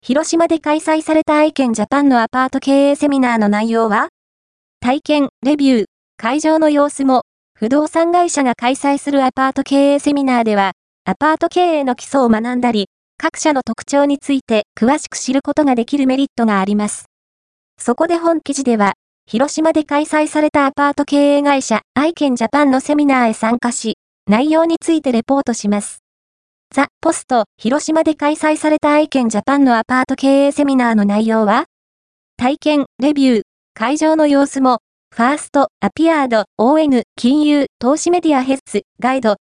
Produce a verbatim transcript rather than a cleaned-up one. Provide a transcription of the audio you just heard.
広島で開催されたアイケンジャパンのアパート経営セミナーの内容は？体験、レビュー、会場の様子も、不動産会社が開催するアパート経営セミナーでは、アパート経営の基礎を学んだり、各社の特徴について詳しく知ることができるメリットがあります。そこで本記事では、広島で開催されたアパート経営会社、アイケンジャパンのセミナーへ参加し、内容についてレポートします。ザ・ポスト、広島で開催されたアイケンジャパンのアパート経営セミナーの内容は？体験、レビュー、会場の様子も、ファースト、アピアード、オーエヌ、金融、投資メディアヘッズ、ガイド、